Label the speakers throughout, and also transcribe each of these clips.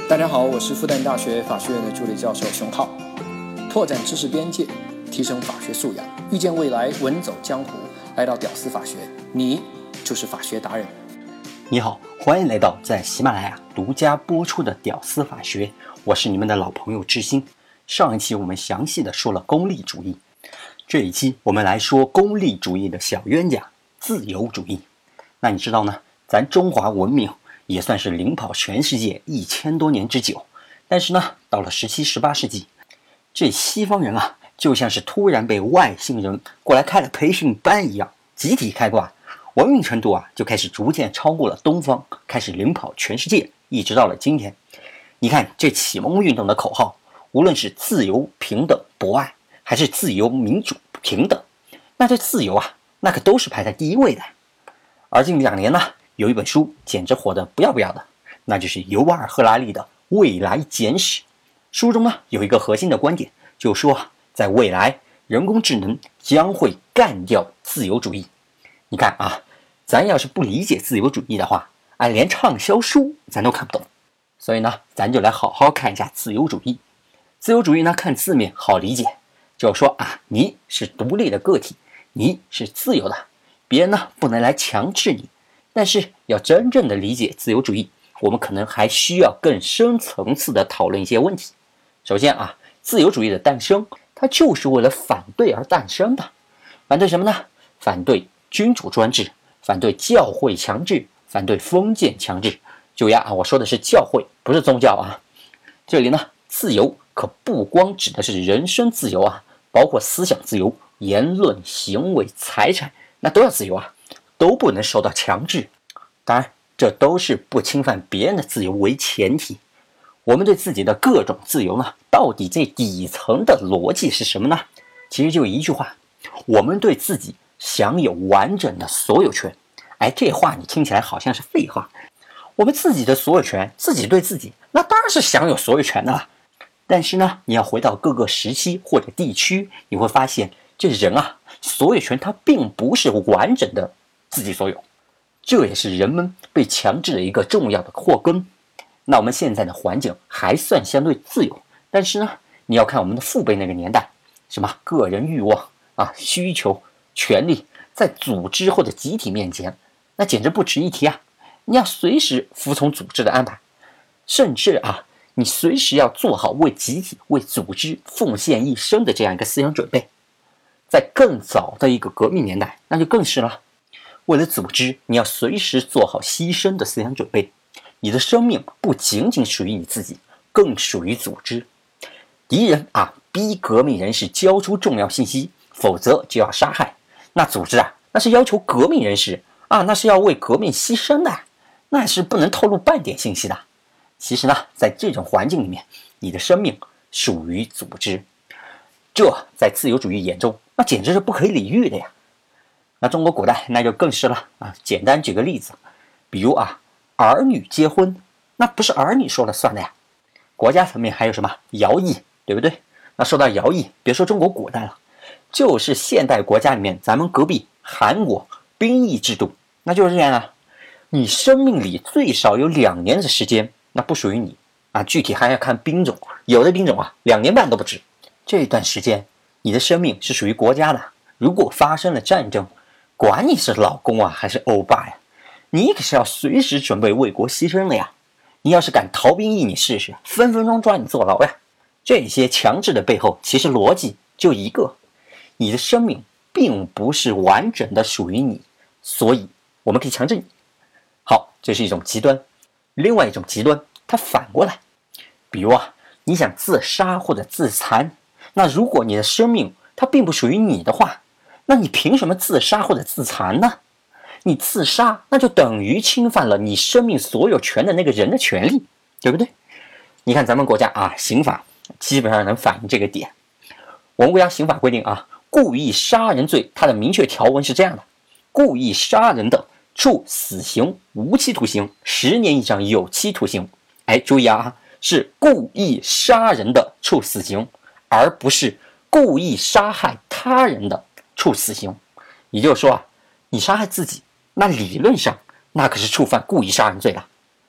Speaker 1: 大家好，我是复旦大学法学院的助理教授熊浩。拓展知识边界，提升法学素养，遇见未来，稳走江湖。来到屌丝法学，你就是法学达人。
Speaker 2: 你好，欢迎来到在喜马拉雅独家播出的屌丝法学，我是你们的老朋友志新。上一期我们详细的说了功利主义，这一期我们来说功利主义的小冤家自由主义。那你知道呢，咱中华文明也算是领跑全世界1000多年之久，但是呢，到了17、18世纪，这西方人啊，就像是突然被外星人过来开了培训班一样，集体开挂，文明程度啊就开始逐渐超过了东方，开始领跑全世界，一直到了今天。你看这启蒙运动的口号，无论是自由、平等、博爱，还是自由、民主、平等，那这自由啊，那可都是排在第一位的。而近2年呢，有一本书简直火得不要不要的，那就是尤瓦尔·赫拉利的《未来简史》。书中呢有一个核心的观点，就说在未来，人工智能将会干掉自由主义。你看啊，咱要是不理解自由主义的话，连畅销书咱都看不懂。所以呢，咱就来好好看一下自由主义。自由主义呢，看字面好理解，就是说你是独立的个体，你是自由的，别人呢不能来强制你。但是要真正的理解自由主义，我们可能还需要更深层次的讨论一些问题。首先自由主义的诞生，它就是为了反对而诞生的。反对什么呢？反对君主专制，反对教会强制，反对封建强制。注意我说的是教会，不是宗教啊。这里呢，自由可不光指的是人身自由包括思想自由、言论、行为、财产，那都要自由都不能受到强制。当然，这都是不侵犯别人的自由为前提。我们对自己的各种自由呢，到底这底层的逻辑是什么呢？其实就一句话，我们对自己享有完整的所有权。这话你听起来好像是废话。我们自己的所有权，自己对自己，那当然是享有所有权的了。但是呢，你要回到各个时期或者地区，你会发现这人所有权它并不是完整的自己所有，这也是人们被强制的一个重要的祸根。那我们现在的环境还算相对自由，但是呢，你要看我们的父辈那个年代，什么个人欲望需求、权利，在组织或者集体面前，那简直不值一提你要随时服从组织的安排，甚至你随时要做好为集体、为组织奉献一生的这样一个思想准备。在更早的一个革命年代，那就更是了。为了组织，你要随时做好牺牲的思想准备。你的生命不仅仅属于你自己，更属于组织。敌人逼革命人士交出重要信息，否则就要杀害。那组织那是要求革命人士那是要为革命牺牲的，那是不能透露半点信息的。其实呢，在这种环境里面，你的生命属于组织，这在自由主义眼中那简直是不可以理喻的呀。那中国古代那就更是了简单举个例子，比如儿女结婚，那不是儿女说了算的呀。国家层面还有什么徭役，对不对？那说到徭役，别说中国古代了，就是现代国家里面，咱们隔壁韩国兵役制度，那就是这样你生命里最少有2年的时间，那不属于你具体还要看兵种，有的兵种2年半都不止。这段时间，你的生命是属于国家的。如果发生了战争，管你是老公还是欧巴呀，你可是要随时准备为国牺牲的呀。你要是敢逃兵役，你试试，分分钟抓你坐牢呀。这些强制的背后，其实逻辑就一个，你的生命并不是完整的属于你，所以我们可以强制你。好，这是一种极端。另外一种极端，它反过来，比如你想自杀或者自残，那如果你的生命它并不属于你的话，那你凭什么自杀或者自残呢？你自杀，那就等于侵犯了你生命所有权的那个人的权利，对不对？你看咱们国家刑法基本上能反映这个点。我们国家刑法规定故意杀人罪，它的明确条文是这样的：故意杀人的，处死刑、无期徒刑、10年以上有期徒刑。注意是故意杀人的处死刑，而不是故意杀害他人的处死刑。也就是说你杀害自己，那理论上那可是触犯故意杀人罪了。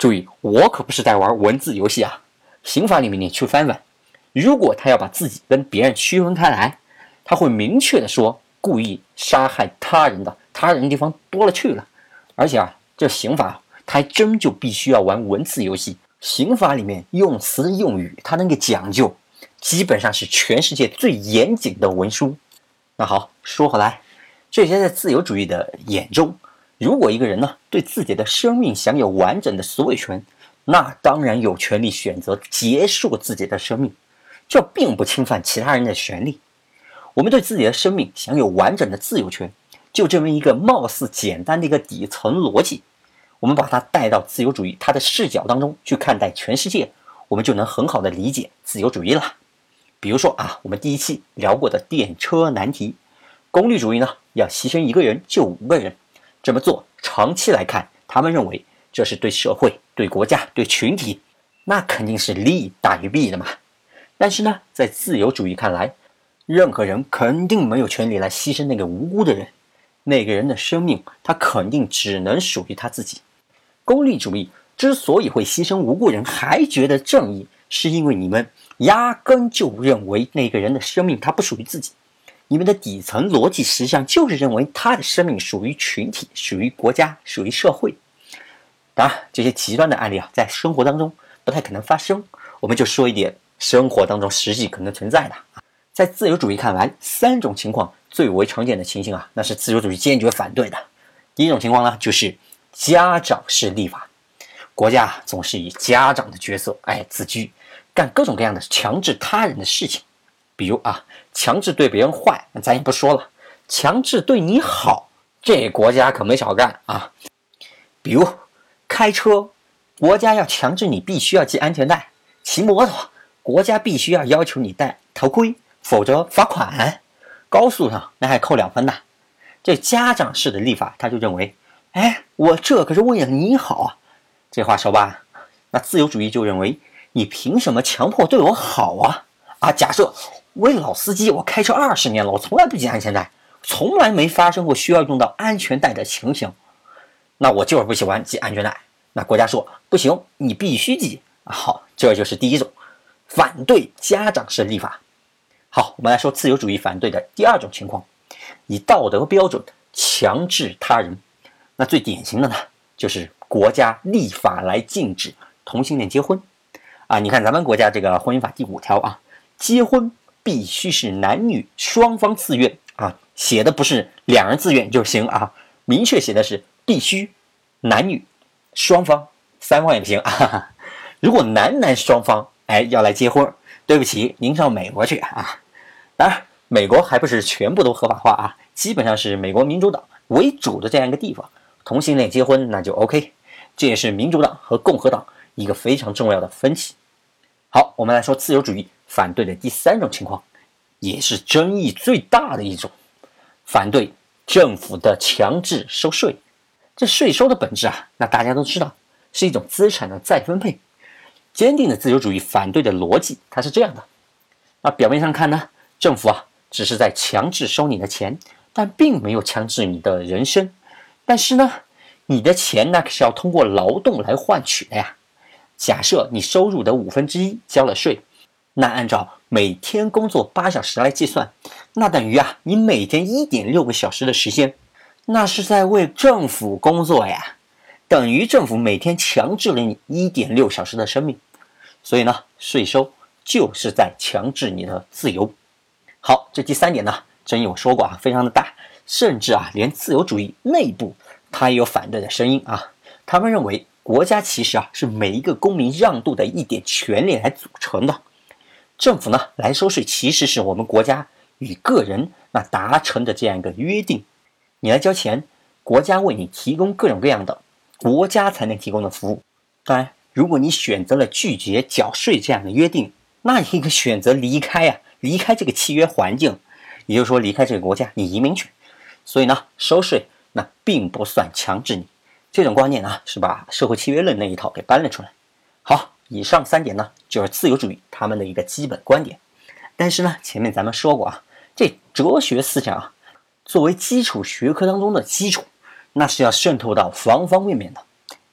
Speaker 2: 注意，我可不是在玩文字游戏啊。刑法里面你去翻翻，如果他要把自己跟别人区分开来，他会明确的说故意杀害他人的，他人地方多了去了。而且啊，这刑法它还真就必须要玩文字游戏。刑法里面用词用语它那个讲究，基本上是全世界最严谨的文书。那好，说回来，这些在自由主义的眼中，如果一个人呢对自己的生命享有完整的所有权，那当然有权利选择结束自己的生命，这并不侵犯其他人的权利。我们对自己的生命享有完整的自由权，就这么一个貌似简单的一个底层逻辑，我们把它带到自由主义它的视角当中去看待全世界，我们就能很好的理解自由主义了。比如说啊，我们第一期聊过的电车难题，功利主义呢要牺牲一个人救5个人，这么做长期来看，他们认为这是对社会、对国家、对群体，那肯定是利大于弊的嘛。但是呢，在自由主义看来，任何人肯定没有权利来牺牲那个无辜的人，那个人的生命他肯定只能属于他自己。功利主义之所以会牺牲无辜人还觉得正义，是因为你们压根就认为那个人的生命他不属于自己，你们的底层逻辑实际上就是认为他的生命属于群体，属于国家，属于社会。当然这些极端的案例啊，在生活当中不太可能发生，我们就说一点生活当中实际可能存在的。在自由主义看来，3种情况最为常见的情形啊，那是自由主义坚决反对的。第一种情况呢，就是家长式立法，国家总是以家长的角色自居，干各种各样的强制他人的事情。比如啊，强制对别人坏，咱也不说了，强制对你好，这国家可没少干啊。比如开车，国家要强制你必须要系安全带；骑摩托，国家必须要求你戴头盔，否则罚款。高速上那还扣2分呢。这家长式的立法，他就认为，我这可是为了你好啊。这话说吧，那自由主义就认为，你凭什么强迫对我好啊？假设我老司机，我开车20年了，我从来不系安全带，从来没发生过需要用到安全带的情形。那我就是不喜欢系安全带，那国家说不行，你必须系。好，这就是第一种反对家长式立法。好，我们来说自由主义反对的第2种情况，以道德标准强制他人。那最典型的呢，就是国家立法来禁止同性恋结婚啊。你看咱们国家这个婚姻法第5条啊，结婚必须是男女双方自愿啊，写的不是2人自愿就行啊，明确写的是必须男女双方，3方也不行啊。如果男双方要来结婚，对不起，您上美国去啊。当然美国还不是全部都合法化啊，基本上是美国民主党为主的这样一个地方，同性恋结婚那就 OK， 这也是民主党和共和党一个非常重要的分歧。好，我们来说自由主义反对的第3种情况，也是争议最大的一种，反对政府的强制收税。这税收的本质啊，那大家都知道，是一种资产的再分配。坚定的自由主义反对的逻辑，它是这样的。那表面上看呢，政府啊只是在强制收你的钱，但并没有强制你的人身。但是呢，你的钱那可是要通过劳动来换取的呀。假设你收入的1/5交了税，那按照每天工作8小时来计算，那等于啊你每天1.6个小时的时间，那是在为政府工作呀，等于政府每天强制了你1.6小时的生命。所以呢，税收就是在强制你的自由。好，这第3点呢，争议我说过啊，非常的大，甚至啊连自由主义内部它也有反对的声音啊。他们认为国家其实啊是每一个公民让渡的一点权利来组成的，政府呢来收税其实是我们国家与个人那达成的这样一个约定。你来交钱，国家为你提供各种各样的国家才能提供的服务。当然如果你选择了拒绝缴税这样的约定，那你可以选择离开这个契约环境，也就是说离开这个国家，你移民去。所以呢，收税那并不算强制你。这种观念呢，是把社会契约论那一套给搬了出来。好，以上3点呢，就是自由主义他们的一个基本观点。但是呢，前面咱们说过啊，这哲学思想啊，作为基础学科当中的基础，那是要渗透到方方面面的。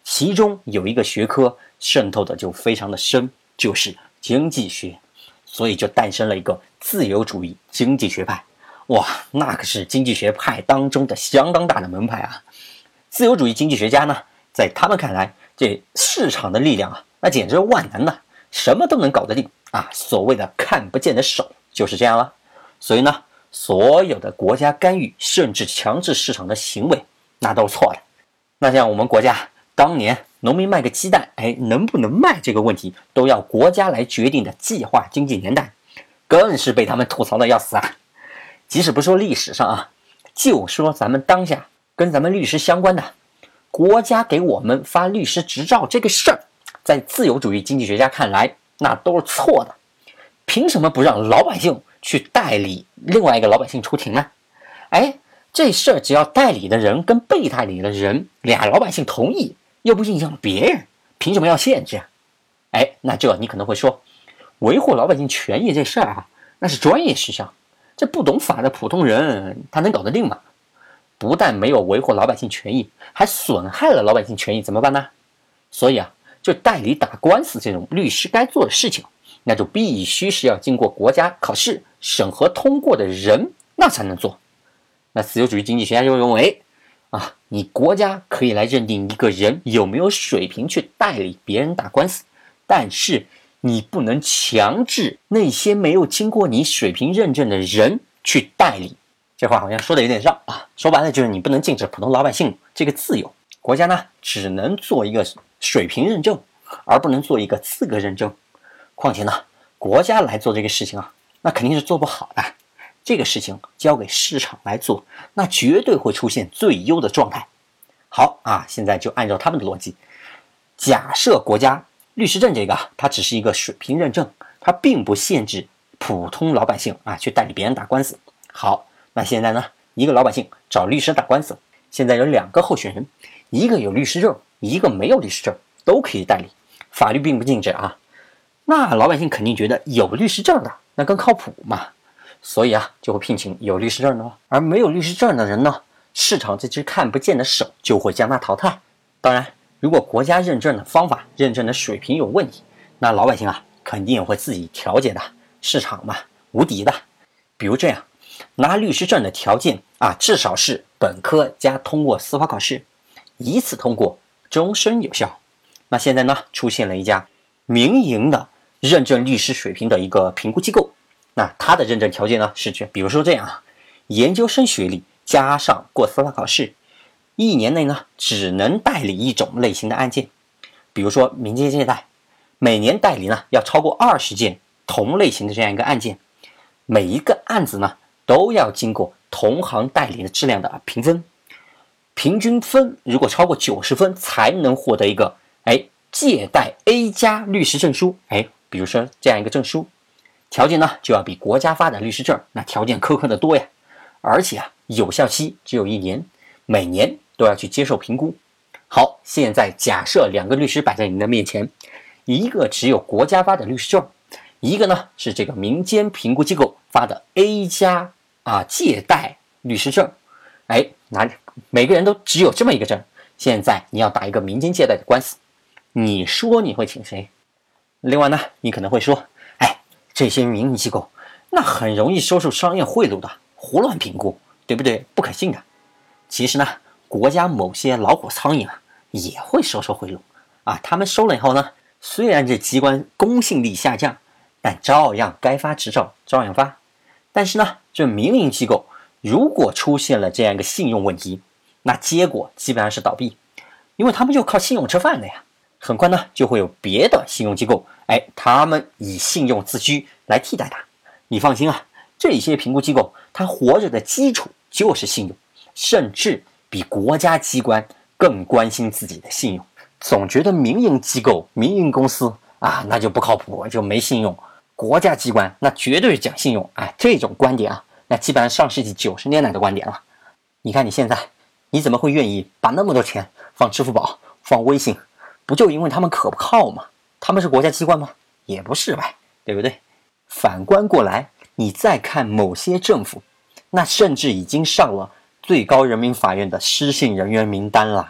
Speaker 2: 其中有一个学科渗透的就非常的深，就是经济学，所以就诞生了一个自由主义经济学派。哇，那可是经济学派当中的相当大的门派啊！自由主义经济学家呢，在他们看来，这市场的力量啊，那简直是万能的，什么都能搞得定啊！所谓的看不见的手就是这样了。所以呢，所有的国家干预甚至强制市场的行为，那都是错的。那像我们国家当年农民卖个鸡蛋，能不能卖这个问题都要国家来决定的计划经济年代，更是被他们吐槽的要死啊！即使不说历史上啊，就说咱们当下跟咱们律师相关的，国家给我们发律师执照这个事儿，在自由主义经济学家看来，那都是错的。凭什么不让老百姓去代理另外一个老百姓出庭呢？这事儿只要代理的人跟被代理的人俩老百姓同意，又不影响别人，凭什么要限制啊？那这你可能会说，维护老百姓权益这事儿啊，那是专业事项，这不懂法的普通人他能搞得定吗？不但没有维护老百姓权益，还损害了老百姓权益，怎么办呢？所以啊，就代理打官司这种律师该做的事情，那就必须是要经过国家考试审核通过的人，那才能做。那自由主义经济学家就认为你国家可以来认定一个人有没有水平去代理别人打官司，但是你不能强制那些没有经过你水平认证的人去代理。这话好像说的有点绕啊，说白了就是你不能禁止普通老百姓这个自由，国家呢只能做一个水平认证，而不能做一个资格认证。况且呢，国家来做这个事情啊，那肯定是做不好的。这个事情交给市场来做，那绝对会出现最优的状态。好啊，现在就按照他们的逻辑，假设国家律师证这个它只是一个水平认证，它并不限制普通老百姓去代理别人打官司。好，那现在呢，一个老百姓找律师打官司，现在有两个候选人，一个有律师证，一个没有律师证，都可以代理，法律并不禁止啊。那老百姓肯定觉得有律师证的那更靠谱嘛，所以就会聘请有律师证的，而没有律师证的人呢，市场这只看不见的手就会将他淘汰。当然，如果国家认证的方法、认证的水平有问题，那老百姓肯定也会自己调节的。市场嘛，无敌的。比如这样，拿律师证的条件至少是本科加通过司法考试，一次通过，终身有效。那现在呢，出现了一家民营的认证律师水平的一个评估机构，那它的认证条件呢是比如说这样研究生学历加上过司法考试，1年内呢只能代理一种类型的案件，比如说民间借贷，每年代理呢要超过20件同类型的这样一个案件，每一个案子呢都要经过同行代理的质量的评分，平均分如果超过90分才能获得一个借贷 A 加律师证书，比如说这样一个证书，条件呢就要比国家发的律师证那条件苛刻的多呀，而且有效期只有1年，每年都要去接受评估。好，现在假设2个律师摆在你的面前，一个只有国家发的律师证，一个呢是这个民间评估机构发的 A 加借贷律师证，每个人都只有这么一个证，现在你要打一个民间借贷的官司，你说你会请谁？另外呢，你可能会说，这些民营机构那很容易收受商业贿赂的，胡乱评估，对不对？不可信的。其实呢，国家某些老虎苍蝇也会收贿赂他们收了以后呢，虽然这机关公信力下降，但照样该发执照照样发。但是呢，这民营机构如果出现了这样一个信用问题，那结果基本上是倒闭，因为他们就靠信用吃饭的呀。很快呢，就会有别的信用机构，他们以信用自居来替代它。你放心这些评估机构它活着的基础就是信用，甚至比国家机关更关心自己的信用。总觉得民营机构、民营公司那就不靠谱，就没信用。国家机关那绝对是讲信用，这种观点那基本上上世纪90年代的观点了。你看你现在，你怎么会愿意把那么多钱放支付宝、放微信？不就因为他们可不靠吗？他们是国家机关吗？也不是呗，对不对？反观过来，你再看某些政府，那甚至已经上了最高人民法院的失信人员名单了。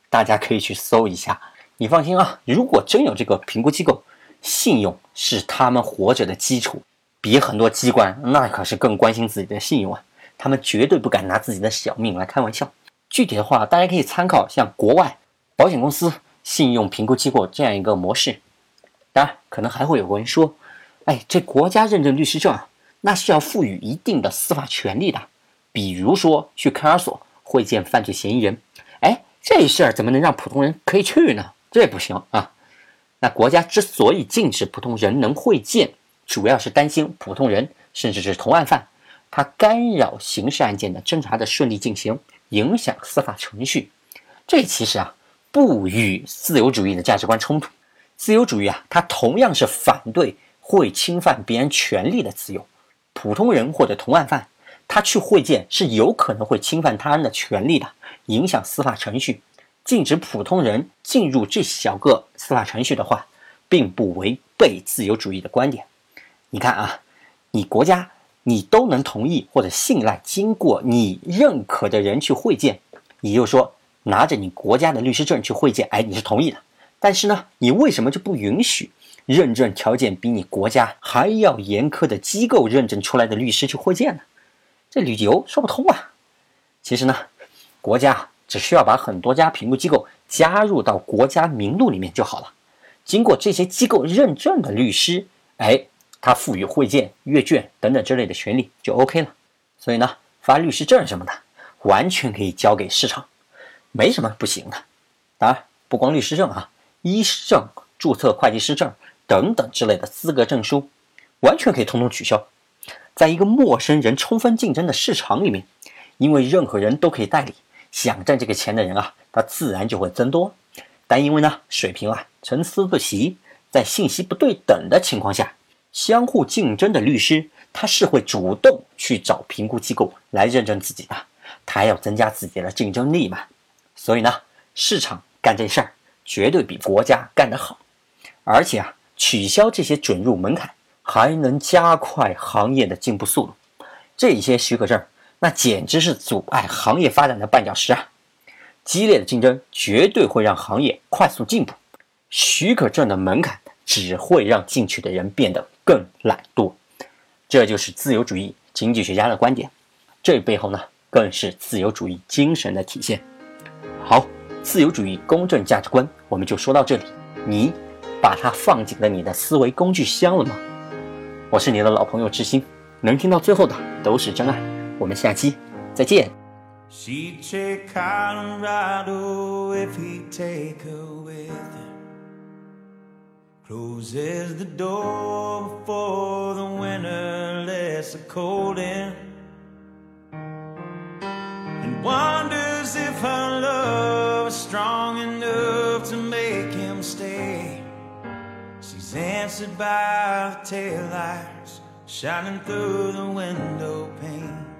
Speaker 2: 大家可以去搜一下。你放心啊，如果真有这个评估机构，信用是他们活着的基础，比很多机关那可是更关心自己的信用啊，他们绝对不敢拿自己的小命来开玩笑。具体的话，大家可以参考像国外保险公司信用评估机构这样一个模式。当然，可能还会有个人说，这国家认证律师证啊，那是要赋予一定的司法权利的，比如说去看守所会见犯罪嫌疑人，这事儿怎么能让普通人可以去呢？这不行啊！那国家之所以禁止普通人能会见，主要是担心普通人甚至是同案犯，他干扰刑事案件的侦查的顺利进行，影响司法程序。这其实不与自由主义的价值观冲突。自由主义它同样是反对会侵犯别人权利的自由。普通人或者同案犯，他去会见是有可能会侵犯他人的权利的，影响司法程序。禁止普通人进入这小个司法程序的话，并不违背自由主义的观点。你看你国家你都能同意或者信赖经过你认可的人去会见，也就是说拿着你国家的律师证去会见，你是同意的。但是呢，你为什么就不允许认证条件比你国家还要严苛的机构认证出来的律师去会见呢？这理由说不通啊。其实呢，国家只需要把很多家评估机构加入到国家名录里面就好了。经过这些机构认证的律师，他赋予会见、阅卷等等之类的权利就 OK 了。所以呢，发律师证什么的，完全可以交给市场，没什么不行的。当然，不光律师证医师证、注册会计师证等等之类的资格证书，完全可以统统取消。在一个陌生人充分竞争的市场里面，因为任何人都可以代理，想挣这个钱的人他自然就会增多。但因为呢，水平参差不齐，在信息不对等的情况下，相互竞争的律师他是会主动去找评估机构来认证自己的，他要增加自己的竞争力嘛。所以呢，市场干这事儿绝对比国家干得好。而且取消这些准入门槛，还能加快行业的进步速度。这些许可证那简直是阻碍行业发展的绊脚石激烈的竞争绝对会让行业快速进步，许可证的门槛只会让进去的人变得更懒惰。这就是自由主义经济学家的观点，这背后呢，更是自由主义精神的体现。好，自由主义公正价值观我们就说到这里，你把它放进了你的思维工具箱了吗？我是你的老朋友知心，能听到最后的都是真爱。我们下期再见。
Speaker 3: She'd take Colorado if he'd take her with him. Closes the door before the winter lets the cold in, and wonders if her love is strong enough to make him stay. She's answered by the taillights shining through the window pane.